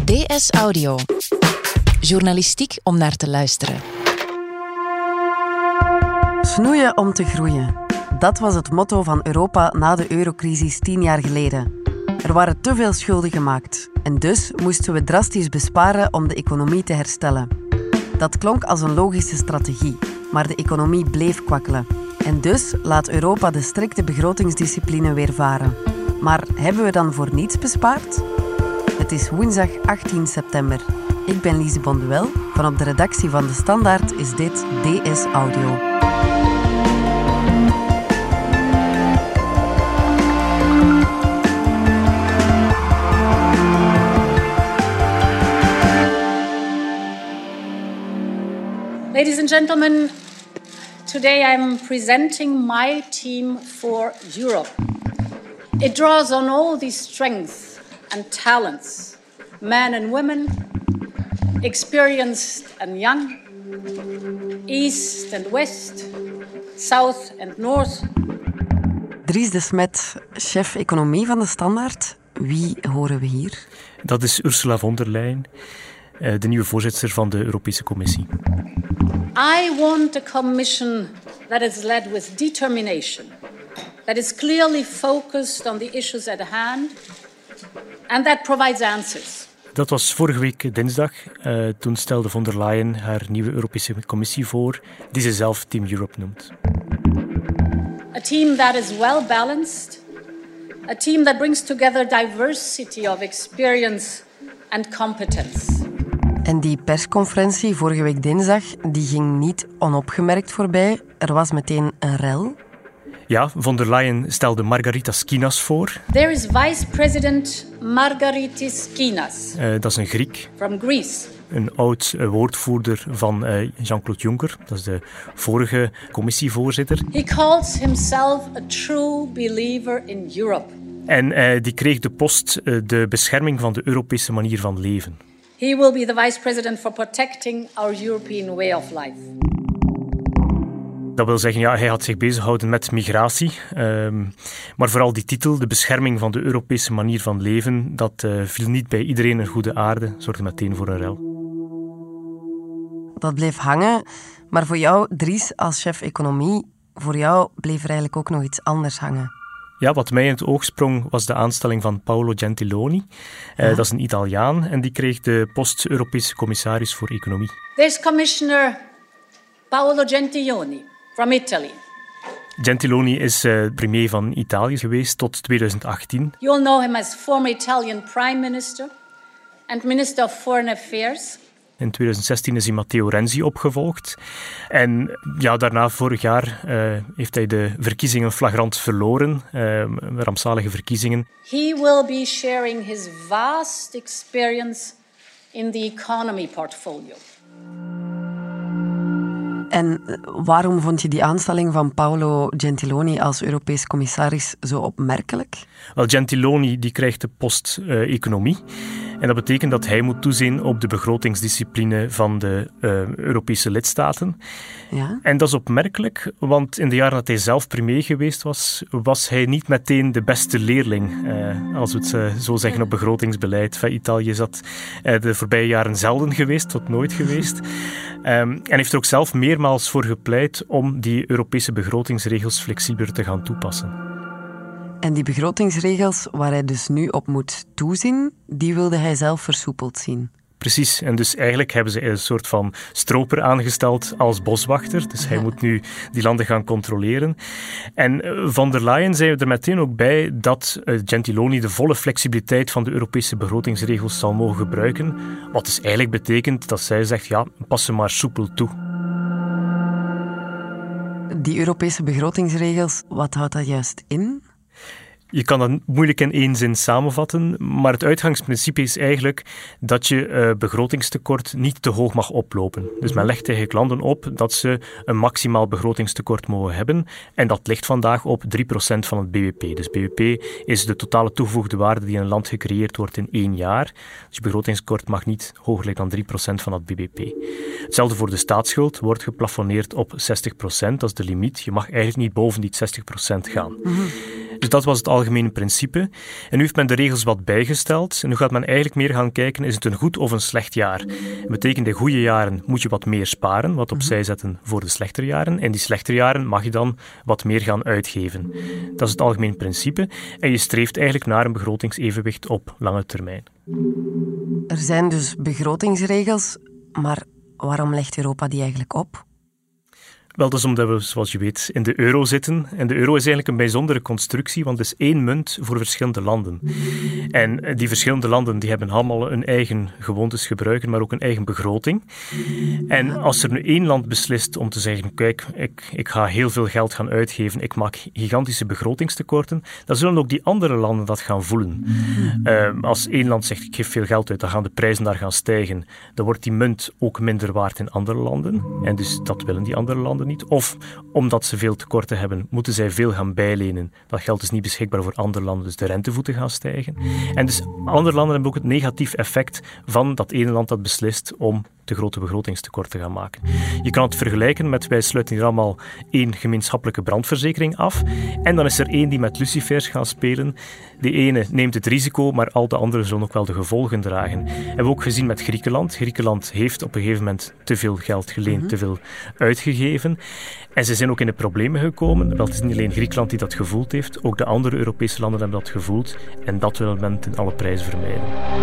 DS Audio. Journalistiek om naar te luisteren. Snoeien om te groeien. Dat was het motto van Europa na de eurocrisis 10 jaar geleden. Er waren te veel schulden gemaakt. En dus moesten we drastisch besparen om de economie te herstellen. Dat klonk als een logische strategie, maar de economie bleef kwakkelen. En dus laat Europa de strikte begrotingsdiscipline weer varen. Maar hebben we dan voor niets bespaard? Het is woensdag 18 september. Ik ben Lise Bonduel. Van op de redactie van De Standaard is dit DS Audio. Ladies and gentlemen, today I'm presenting my team for Europe. It draws on all the strengths and talents, men and women, experienced and young, east and west, south and north. Dries de Smet, chef economie van De Standaard. Wie horen we hier? Dat is Ursula von der Leyen, de nieuwe voorzitter van de Europese Commissie. I want a commission that is led with determination, that is clearly focused on the issues at hand and that provides answers. Dat was vorige week dinsdag. Toen stelde von der Leyen haar nieuwe Europese Commissie voor, die ze zelf Team Europe noemt. A team that is well balanced, a team that brings together diversity of experience and competence. En die persconferentie vorige week dinsdag, die ging niet onopgemerkt voorbij. Er was meteen een rel. Ja, von der Leyen stelde Margaritis Schinas voor. There is Vice President Margaritis Schinas. Dat is een Griek. From Greece. Een oud woordvoerder van Jean-Claude Juncker. Dat is de vorige commissievoorzitter. He calls himself a true believer in Europe. En die kreeg de post de bescherming van de Europese manier van leven. He will be the Vice President for protecting our European way of life. Dat wil zeggen, ja, hij had zich bezighouden met migratie. Maar vooral die titel, de bescherming van de Europese manier van leven, dat viel niet bij iedereen in goede aarde, zorgde meteen voor een rel. Dat bleef hangen. Maar voor jou, Dries, als chef economie, voor jou bleef er eigenlijk ook nog iets anders hangen. Ja, wat mij in het oog sprong was de aanstelling van Paolo Gentiloni. Dat is een Italiaan en die kreeg de post Europese commissaris voor economie. There's Commissioner Paolo Gentiloni from Italy. Gentiloni is premier van Italië geweest tot 2018. You'll know him as former Italian Prime Minister and Minister of Foreign Affairs. In 2016 is hij Matteo Renzi opgevolgd. En ja, daarna, vorig jaar, heeft hij de verkiezingen flagrant verloren. Rampzalige verkiezingen. He will be sharing his vast experience in the economy portfolio. En waarom vond je die aanstelling van Paolo Gentiloni als Europees commissaris zo opmerkelijk? Wel, Gentiloni die krijgt de post economie. En dat betekent dat hij moet toezien op de begrotingsdiscipline van de Europese lidstaten. Ja? En dat is opmerkelijk, want in de jaren dat hij zelf premier geweest was, was hij niet meteen de beste leerling, als we het zo zeggen, op begrotingsbeleid. Van Italië is dat de voorbije jaren zelden geweest, tot nooit geweest. En heeft er ook zelf meermaals voor gepleit om die Europese begrotingsregels flexibeler te gaan toepassen. En die begrotingsregels waar hij dus nu op moet toezien, die wilde hij zelf versoepeld zien. Precies, en dus eigenlijk hebben ze een soort van stroper aangesteld als boswachter. Dus hij moet nu die landen gaan controleren. En von der Leyen zei er meteen ook bij dat Gentiloni de volle flexibiliteit van de Europese begrotingsregels zal mogen gebruiken. Wat dus eigenlijk betekent dat zij zegt, ja, pas ze maar soepel toe. Die Europese begrotingsregels, wat houdt dat juist in? Je kan dat moeilijk in één zin samenvatten, maar het uitgangsprincipe is eigenlijk dat je begrotingstekort niet te hoog mag oplopen. Dus men legt eigenlijk landen op dat ze een maximaal begrotingstekort mogen hebben en dat ligt vandaag op 3% van het bbp. Dus bbp is de totale toegevoegde waarde die in een land gecreëerd wordt in 1 jaar. Dus je begrotingstekort mag niet hoger liggen dan 3% van het bbp. Hetzelfde voor de staatsschuld, wordt geplafonneerd op 60%, dat is de limiet. Je mag eigenlijk niet boven die 60% gaan. Dus dat was het algemene algemeen principe. En nu heeft men de regels wat bijgesteld. En nu gaat men eigenlijk meer gaan kijken, is het een goed of een slecht jaar? Dat betekent, in goede jaren moet je wat meer sparen, wat opzij zetten voor de slechtere jaren. En die slechtere jaren mag je dan wat meer gaan uitgeven. Dat is het algemeen principe. En je streeft eigenlijk naar een begrotingsevenwicht op lange termijn. Er zijn dus begrotingsregels, maar waarom legt Europa die eigenlijk op? Wel, dat is omdat we, zoals je weet, in de euro zitten. En de euro is eigenlijk een bijzondere constructie, want het is één munt voor verschillende landen. En die verschillende landen die hebben allemaal hun eigen gewoontes gebruiken, maar ook een eigen begroting. En als er nu één land beslist om te zeggen, kijk, ik ga heel veel geld gaan uitgeven, ik maak gigantische begrotingstekorten, dan zullen ook die andere landen dat gaan voelen. Als één land zegt, ik geef veel geld uit, dan gaan de prijzen daar gaan stijgen. Dan wordt die munt ook minder waard in andere landen. En dus dat willen die andere landen niet. Of omdat ze veel tekorten hebben, moeten zij veel gaan bijlenen. Dat geld is niet beschikbaar voor andere landen, dus de rentevoeten gaan stijgen. En dus andere landen hebben ook het negatief effect van dat ene land dat beslist om te grote begrotingstekort te gaan maken. Je kan het vergelijken met, wij sluiten hier allemaal één gemeenschappelijke brandverzekering af en dan is er één die met lucifers gaat spelen. De ene neemt het risico, maar al de anderen zullen ook wel de gevolgen dragen. Hebben we ook gezien met Griekenland. Griekenland heeft op een gegeven moment te veel geld geleend, te veel uitgegeven. En ze zijn ook in de problemen gekomen. Wel, het is niet alleen Griekenland die dat gevoeld heeft, ook de andere Europese landen hebben dat gevoeld. En dat wil men ten alle prijzen vermijden.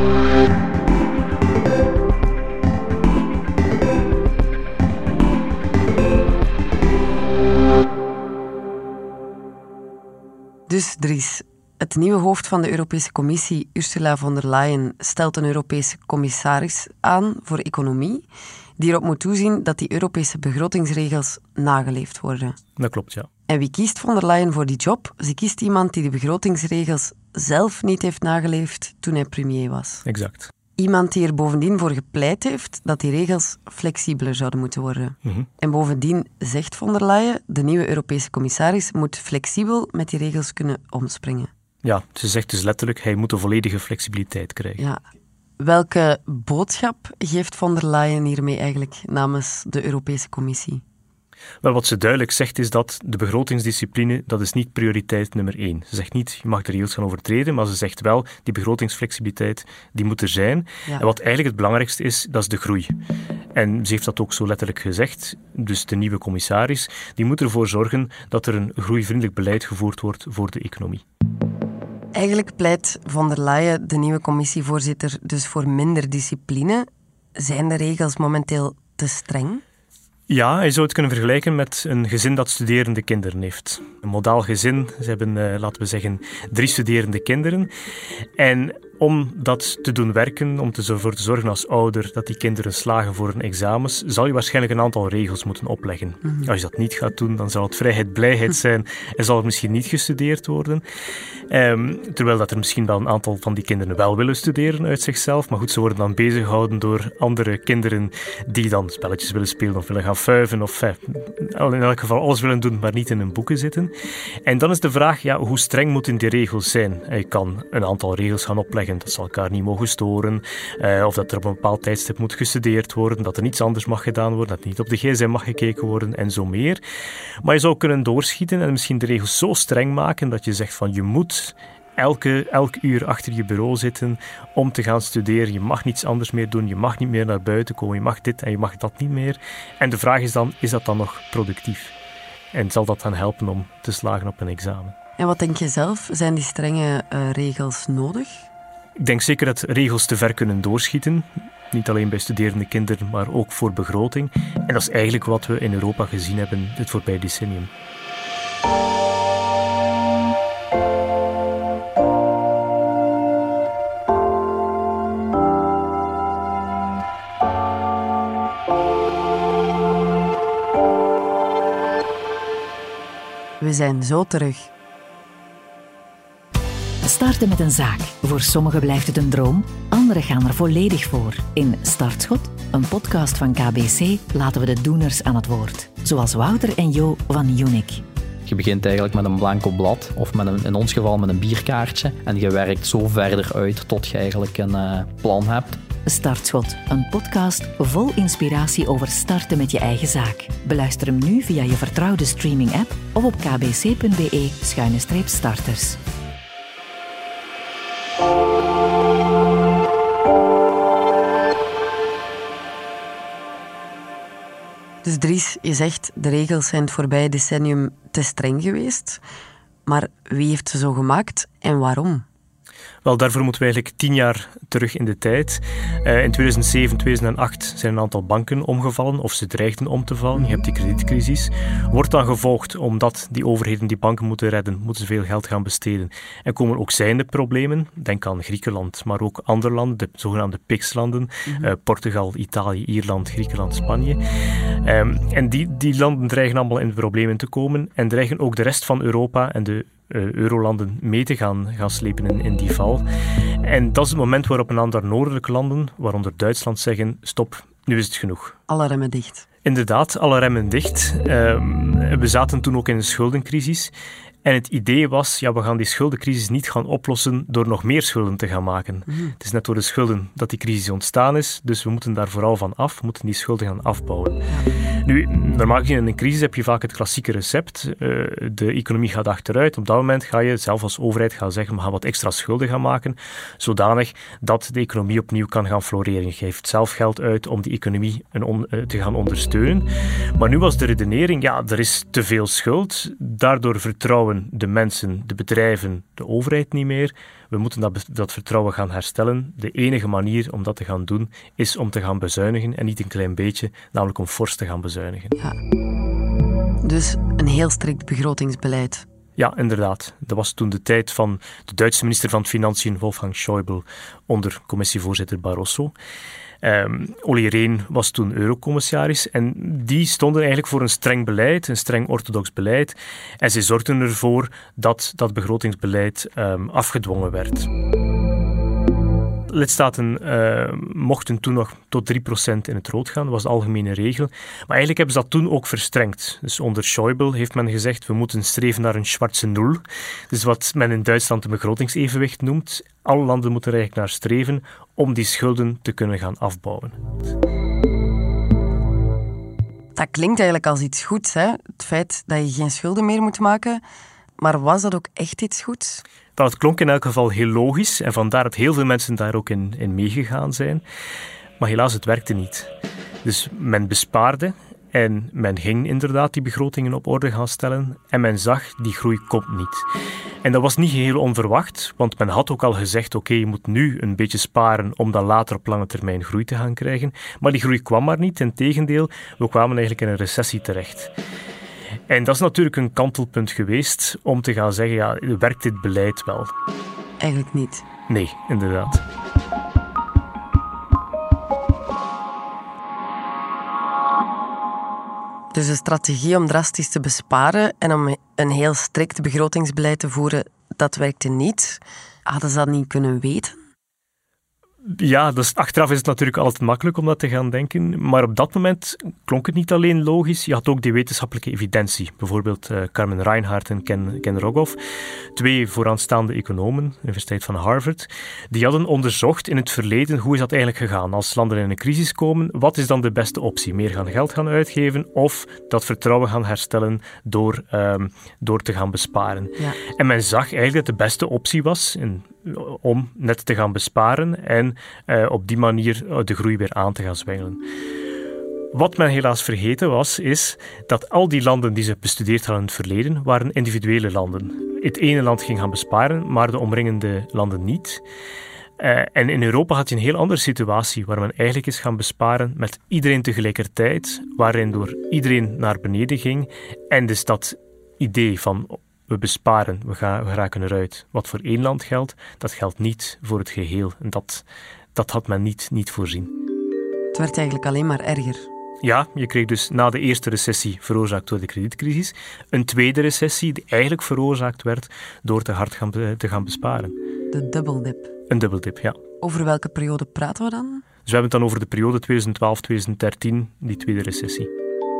Dus Dries, het nieuwe hoofd van de Europese Commissie, Ursula von der Leyen, stelt een Europese commissaris aan voor economie, die erop moet toezien dat die Europese begrotingsregels nageleefd worden. Dat klopt, ja. En wie kiest von der Leyen voor die job? Ze kiest iemand die de begrotingsregels zelf niet heeft nageleefd toen hij premier was. Exact. Iemand die er bovendien voor gepleit heeft dat die regels flexibeler zouden moeten worden. En bovendien zegt von der Leyen, de nieuwe Europese commissaris moet flexibel met die regels kunnen omspringen. Ja, ze zegt dus letterlijk, hij moet een volledige flexibiliteit krijgen. Ja. Welke boodschap geeft von der Leyen hiermee eigenlijk namens de Europese Commissie? Wel, wat ze duidelijk zegt is dat de begrotingsdiscipline, dat is niet prioriteit nummer 1. Ze zegt niet, je mag de regels gaan overtreden, maar ze zegt wel, die begrotingsflexibiliteit, die moet er zijn. Ja. En wat eigenlijk het belangrijkste is, dat is de groei. En ze heeft dat ook zo letterlijk gezegd. Dus de nieuwe commissaris, die moet ervoor zorgen dat er een groeivriendelijk beleid gevoerd wordt voor de economie. Eigenlijk pleit von der Leyen, de nieuwe commissievoorzitter, dus voor minder discipline. Zijn de regels momenteel te streng? Ja, je zou het kunnen vergelijken met een gezin dat studerende kinderen heeft. Een modaal gezin, ze hebben, laten we zeggen, 3 studerende kinderen. En om dat te doen werken, om ervoor te zorgen als ouder dat die kinderen slagen voor hun examens, zal je waarschijnlijk een aantal regels moeten opleggen. Als je dat niet gaat doen, dan zal het vrijheid, blijheid zijn en zal het misschien niet gestudeerd worden. Terwijl dat er misschien wel een aantal van die kinderen wel willen studeren uit zichzelf. Maar goed, ze worden dan bezig gehouden door andere kinderen die dan spelletjes willen spelen of willen gaan fuiven of in elk geval alles willen doen, maar niet in hun boeken zitten. En dan is de vraag, ja, hoe streng moeten die regels zijn? Je kan een aantal regels gaan opleggen. Dat ze elkaar niet mogen storen, of dat er op een bepaald tijdstip moet gestudeerd worden, dat er niets anders mag gedaan worden, dat niet op de gsm mag gekeken worden en zo meer. Maar je zou kunnen doorschieten en misschien de regels zo streng maken dat je zegt van je moet elk uur achter je bureau zitten om te gaan studeren. Je mag niets anders meer doen, je mag niet meer naar buiten komen, je mag dit en je mag dat niet meer. En de vraag is dan, is dat dan nog productief? En zal dat dan helpen om te slagen op een examen? En wat denk je zelf? Zijn die strenge regels nodig? Ik denk zeker dat regels te ver kunnen doorschieten. Niet alleen bij studerende kinderen, maar ook voor begroting. En dat is eigenlijk wat we in Europa gezien hebben het voorbije decennium. We zijn zo terug. Starten met een zaak. Voor sommigen blijft het een droom, anderen gaan er volledig voor. In Startschot, een podcast van KBC, laten we de doeners aan het woord. Zoals Wouter en Jo van Unic. Je begint eigenlijk met een blanco blad, of in ons geval met een bierkaartje. En je werkt zo verder uit tot je eigenlijk een plan hebt. Startschot, een podcast vol inspiratie over starten met je eigen zaak. Beluister hem nu via je vertrouwde streaming-app of op kbc.be/starters. Dus Dries, je zegt, de regels zijn het voorbije decennium te streng geweest. Maar wie heeft ze zo gemaakt en waarom? Wel, daarvoor moeten we eigenlijk 10 jaar terug in de tijd. In 2007, 2008 zijn een aantal banken omgevallen, of ze dreigden om te vallen. Je hebt die kredietcrisis. Wordt dan gevolgd, omdat die overheden die banken moeten redden, moeten ze veel geld gaan besteden. En komen ook zijnde problemen. Denk aan Griekenland, maar ook andere landen, de zogenaamde PIGS-landen. Portugal, Italië, Ierland, Griekenland, Spanje. En die landen dreigen allemaal in de problemen te komen en dreigen ook de rest van Europa en de eurolanden mee te gaan slepen in die val. En dat is het moment waarop een aantal noordelijke landen, waaronder Duitsland, zeggen, stop, nu is het genoeg. Alle remmen dicht. Inderdaad, alle remmen dicht. We zaten toen ook in een schuldencrisis. En het idee was, we gaan die schuldencrisis niet gaan oplossen door nog meer schulden te gaan maken. Het is net door de schulden dat die crisis ontstaan is, dus we moeten daar vooral van af, we moeten die schulden gaan afbouwen. Nu, normaal gezien in een crisis heb je vaak het klassieke recept. De economie gaat achteruit. Op dat moment ga je zelf als overheid gaan zeggen, we gaan wat extra schulden gaan maken, zodanig dat de economie opnieuw kan gaan floreren. Je geeft zelf geld uit om die economie te gaan ondersteunen. Maar nu was de redenering, er is te veel schuld, daardoor vertrouwen de mensen, de bedrijven, de overheid niet meer. We moeten dat vertrouwen gaan herstellen. De enige manier om dat te gaan doen is om te gaan bezuinigen en niet een klein beetje, namelijk om fors te gaan bezuinigen. Ja. Dus een heel strikt begrotingsbeleid. Ja, inderdaad. Dat was toen de tijd van de Duitse minister van Financiën, Wolfgang Schäuble, onder commissievoorzitter Barroso. Olli Rehn was toen eurocommissaris en die stonden eigenlijk voor een streng beleid, een streng orthodox beleid. En ze zorgden ervoor dat dat begrotingsbeleid afgedwongen werd. Lidstaten mochten toen nog tot 3% in het rood gaan. Dat was de algemene regel. Maar eigenlijk hebben ze dat toen ook verstrengd. Dus onder Schäuble heeft men gezegd, we moeten streven naar een schwarze nul. Dus wat men in Duitsland een begrotingsevenwicht noemt. Alle landen moeten er eigenlijk naar streven om die schulden te kunnen gaan afbouwen. Dat klinkt eigenlijk als iets goeds, hè? Het feit dat je geen schulden meer moet maken. Maar was dat ook echt iets goeds? Wel, het klonk in elk geval heel logisch en vandaar dat heel veel mensen daar ook in meegegaan zijn. Maar helaas, het werkte niet. Dus men bespaarde en men ging inderdaad die begrotingen op orde gaan stellen en men zag, die groei komt niet. En dat was niet heel onverwacht, want men had ook al gezegd, oké, je moet nu een beetje sparen om dan later op lange termijn groei te gaan krijgen. Maar die groei kwam maar niet, integendeel, we kwamen eigenlijk in een recessie terecht. En dat is natuurlijk een kantelpunt geweest om te gaan zeggen, werkt dit beleid wel? Eigenlijk niet. Nee, inderdaad. Dus de strategie om drastisch te besparen en om een heel strikt begrotingsbeleid te voeren, dat werkte niet. Hadden ze dat niet kunnen weten? Ja, dus achteraf is het natuurlijk altijd makkelijk om dat te gaan denken. Maar op dat moment klonk het niet alleen logisch. Je had ook die wetenschappelijke evidentie. Bijvoorbeeld Carmen Reinhart en Ken Rogoff. 2 vooraanstaande economen, Universiteit van Harvard. Die hadden onderzocht in het verleden hoe is dat eigenlijk gegaan. Als landen in een crisis komen, wat is dan de beste optie? Meer geld gaan uitgeven of dat vertrouwen gaan herstellen door te gaan besparen. Ja. En men zag eigenlijk dat de beste optie was om net te gaan besparen en op die manier de groei weer aan te gaan zwengelen. Wat men helaas vergeten was, is dat al die landen die ze bestudeerd hadden in het verleden, waren individuele landen. Het ene land ging gaan besparen, maar de omringende landen niet. En in Europa had je een heel andere situatie, waar men eigenlijk is gaan besparen met iedereen tegelijkertijd, waarin door iedereen naar beneden ging. En dus dat idee van we besparen, we raken eruit. Wat voor één land geldt, dat geldt niet voor het geheel. En dat had men niet voorzien. Het werd eigenlijk alleen maar erger. Ja, je kreeg dus na de eerste recessie, veroorzaakt door de kredietcrisis, een tweede recessie die eigenlijk veroorzaakt werd door te hard te gaan besparen. De dubbeldip. Een dubbeldip, ja. Over welke periode praten we dan? Dus we hebben het dan over de periode 2012-2013, die tweede recessie.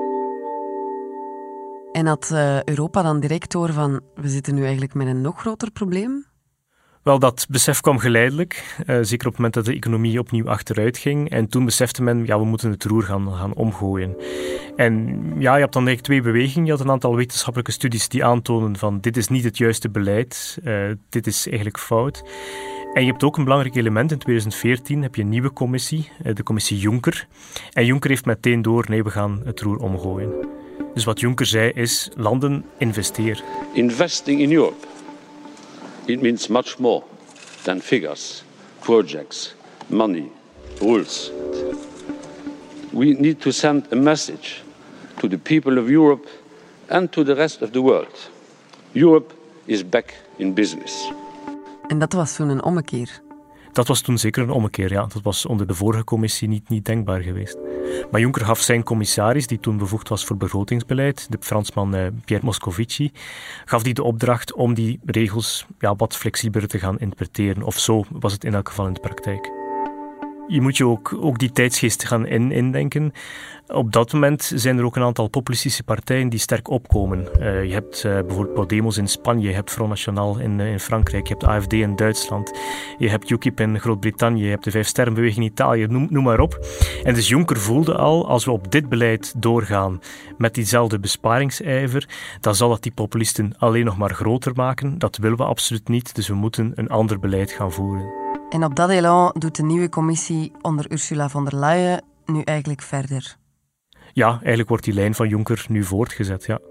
En had Europa dan direct door van, we zitten nu eigenlijk met een nog groter probleem? Wel, dat besef kwam geleidelijk. Zeker op het moment dat de economie opnieuw achteruit ging. En toen besefte men, we moeten het roer gaan omgooien. En je hebt dan eigenlijk 2 bewegingen. Je had een aantal wetenschappelijke studies die aantonen van dit is niet het juiste beleid. Dit is eigenlijk fout. En je hebt ook een belangrijk element. In 2014 heb je een nieuwe commissie, de commissie Juncker. En Juncker heeft meteen door, nee, we gaan het roer omgooien. Dus wat Juncker zei is, landen, investeer. Investing in Europe, it means much more than figures, projects, money, rules. We need to send a message to the people of Europe and to the rest of the world. Europe is back in business. En dat was toen een ommekeer. Dat was toen zeker een ommekeer, ja. Dat was onder de vorige commissie niet denkbaar geweest. Maar Juncker gaf zijn commissaris, die toen bevoegd was voor begrotingsbeleid, de Fransman Pierre Moscovici, gaf die de opdracht om die regels wat flexibeler te gaan interpreteren. Of zo was het in elk geval in de praktijk. Je moet je ook die tijdsgeest gaan indenken. Op dat moment zijn er ook een aantal populistische partijen die sterk opkomen. Je hebt bijvoorbeeld Podemos in Spanje, je hebt Front National in Frankrijk, je hebt AfD in Duitsland, je hebt UKIP in Groot-Brittannië, je hebt de Vijfsterrenbeweging in Italië, noem maar op. En dus Juncker voelde al, als we op dit beleid doorgaan met diezelfde besparingsijver, dan zal dat die populisten alleen nog maar groter maken. Dat willen we absoluut niet, dus we moeten een ander beleid gaan voeren. En op dat elan doet de nieuwe commissie onder Ursula von der Leyen nu eigenlijk verder. Ja, eigenlijk wordt die lijn van Juncker nu voortgezet, ja.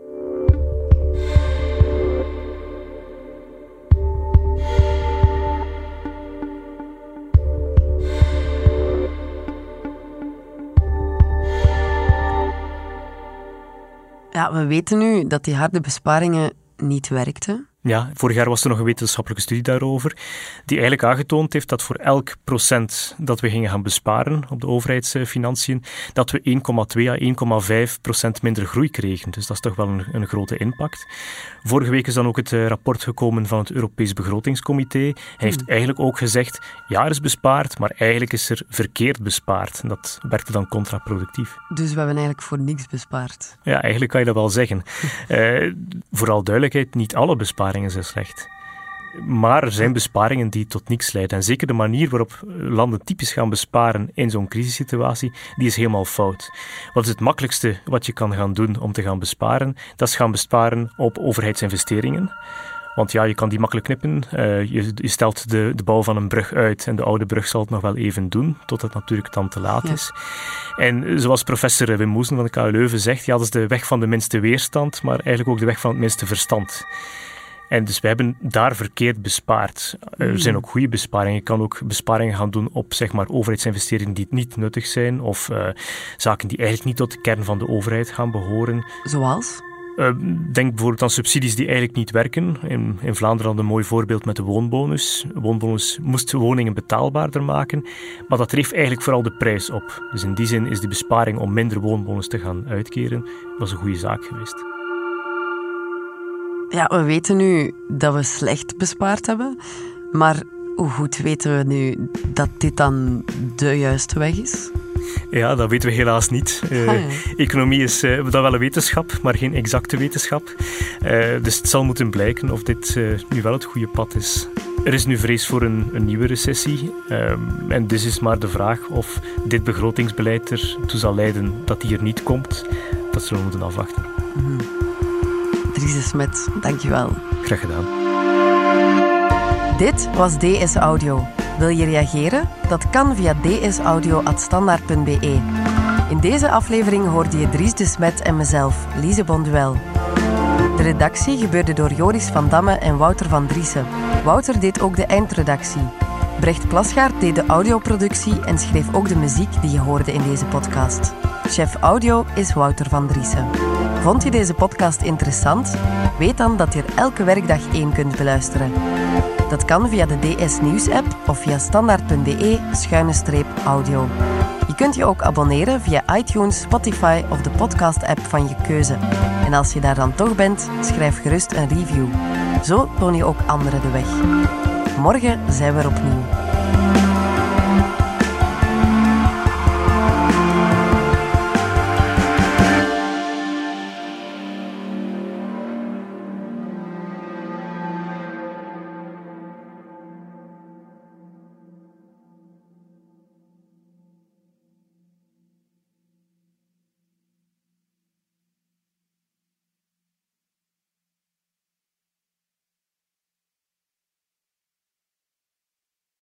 Ja, we weten nu dat die harde besparingen niet werkten. Ja, vorig jaar was er nog een wetenschappelijke studie daarover, die eigenlijk aangetoond heeft dat voor elk procent dat we gingen gaan besparen op de overheidsfinanciën, dat we 1,2 à 1,5% minder groei kregen. Dus dat is toch wel een grote impact. Vorige week is dan ook het rapport gekomen van het Europees Begrotingscomité. Hij heeft eigenlijk ook gezegd, ja, er is bespaard, maar eigenlijk is er verkeerd bespaard. En dat werkte dan contraproductief. Dus we hebben eigenlijk voor niks bespaard. Ja, eigenlijk kan je dat wel zeggen. Vooral duidelijkheid, niet alle besparingen zijn slecht. Maar er zijn besparingen die tot niks leiden. En zeker de manier waarop landen typisch gaan besparen in zo'n crisissituatie, die is helemaal fout. Wat is het makkelijkste wat je kan gaan doen om te gaan besparen? Dat is gaan besparen op overheidsinvesteringen. Want ja, je kan die makkelijk knippen. Je stelt de bouw van een brug uit en de oude brug zal het nog wel even doen, tot het natuurlijk dan te laat is. En zoals professor Wim Moesen van de KU Leuven zegt, ja, dat is de weg van de minste weerstand, maar eigenlijk ook de weg van het minste verstand. En dus wij hebben daar verkeerd bespaard. Er zijn ook goede besparingen. Je kan ook besparingen gaan doen op zeg maar, overheidsinvesteringen die niet nuttig zijn of zaken die eigenlijk niet tot de kern van de overheid gaan behoren. Zoals? Denk bijvoorbeeld aan subsidies die eigenlijk niet werken. In Vlaanderen hadden een mooi voorbeeld met de woonbonus. De woonbonus moest woningen betaalbaarder maken, maar dat dreef eigenlijk vooral de prijs op. Dus in die zin is die besparing om minder woonbonus te gaan uitkeren, was een goede zaak geweest. Ja, we weten nu dat we slecht bespaard hebben, maar hoe goed weten we nu dat dit dan de juiste weg is? Ja, dat weten we helaas niet. Economie is dan wel een wetenschap, maar geen exacte wetenschap. Dus het zal moeten blijken of dit nu wel het goede pad is. Er is nu vrees voor een nieuwe recessie. En dus is maar de vraag of dit begrotingsbeleid ertoe zal leiden dat die er niet komt. Dat zullen we moeten afwachten. Dries de Smet, dankjewel. Graag gedaan. Dit was DS Audio. Wil je reageren? Dat kan via dsaudio@standaard.be. In deze aflevering hoorde je Dries de Smet en mezelf, Lise Bonduel. De redactie gebeurde door Joris van Damme en Wouter van Driessen. Wouter deed ook de eindredactie. Brecht Plasgaard deed de audioproductie en schreef ook de muziek die je hoorde in deze podcast. Chef audio is Wouter van Driessen. Vond je deze podcast interessant? Weet dan dat je er elke werkdag 1 kunt beluisteren. Dat kan via de DS Nieuws-app of via standaard.be/audio. Je kunt je ook abonneren via iTunes, Spotify of de podcast-app van je keuze. En als je daar dan toch bent, schrijf gerust een review. Zo toon je ook anderen de weg. Morgen zijn we er opnieuw.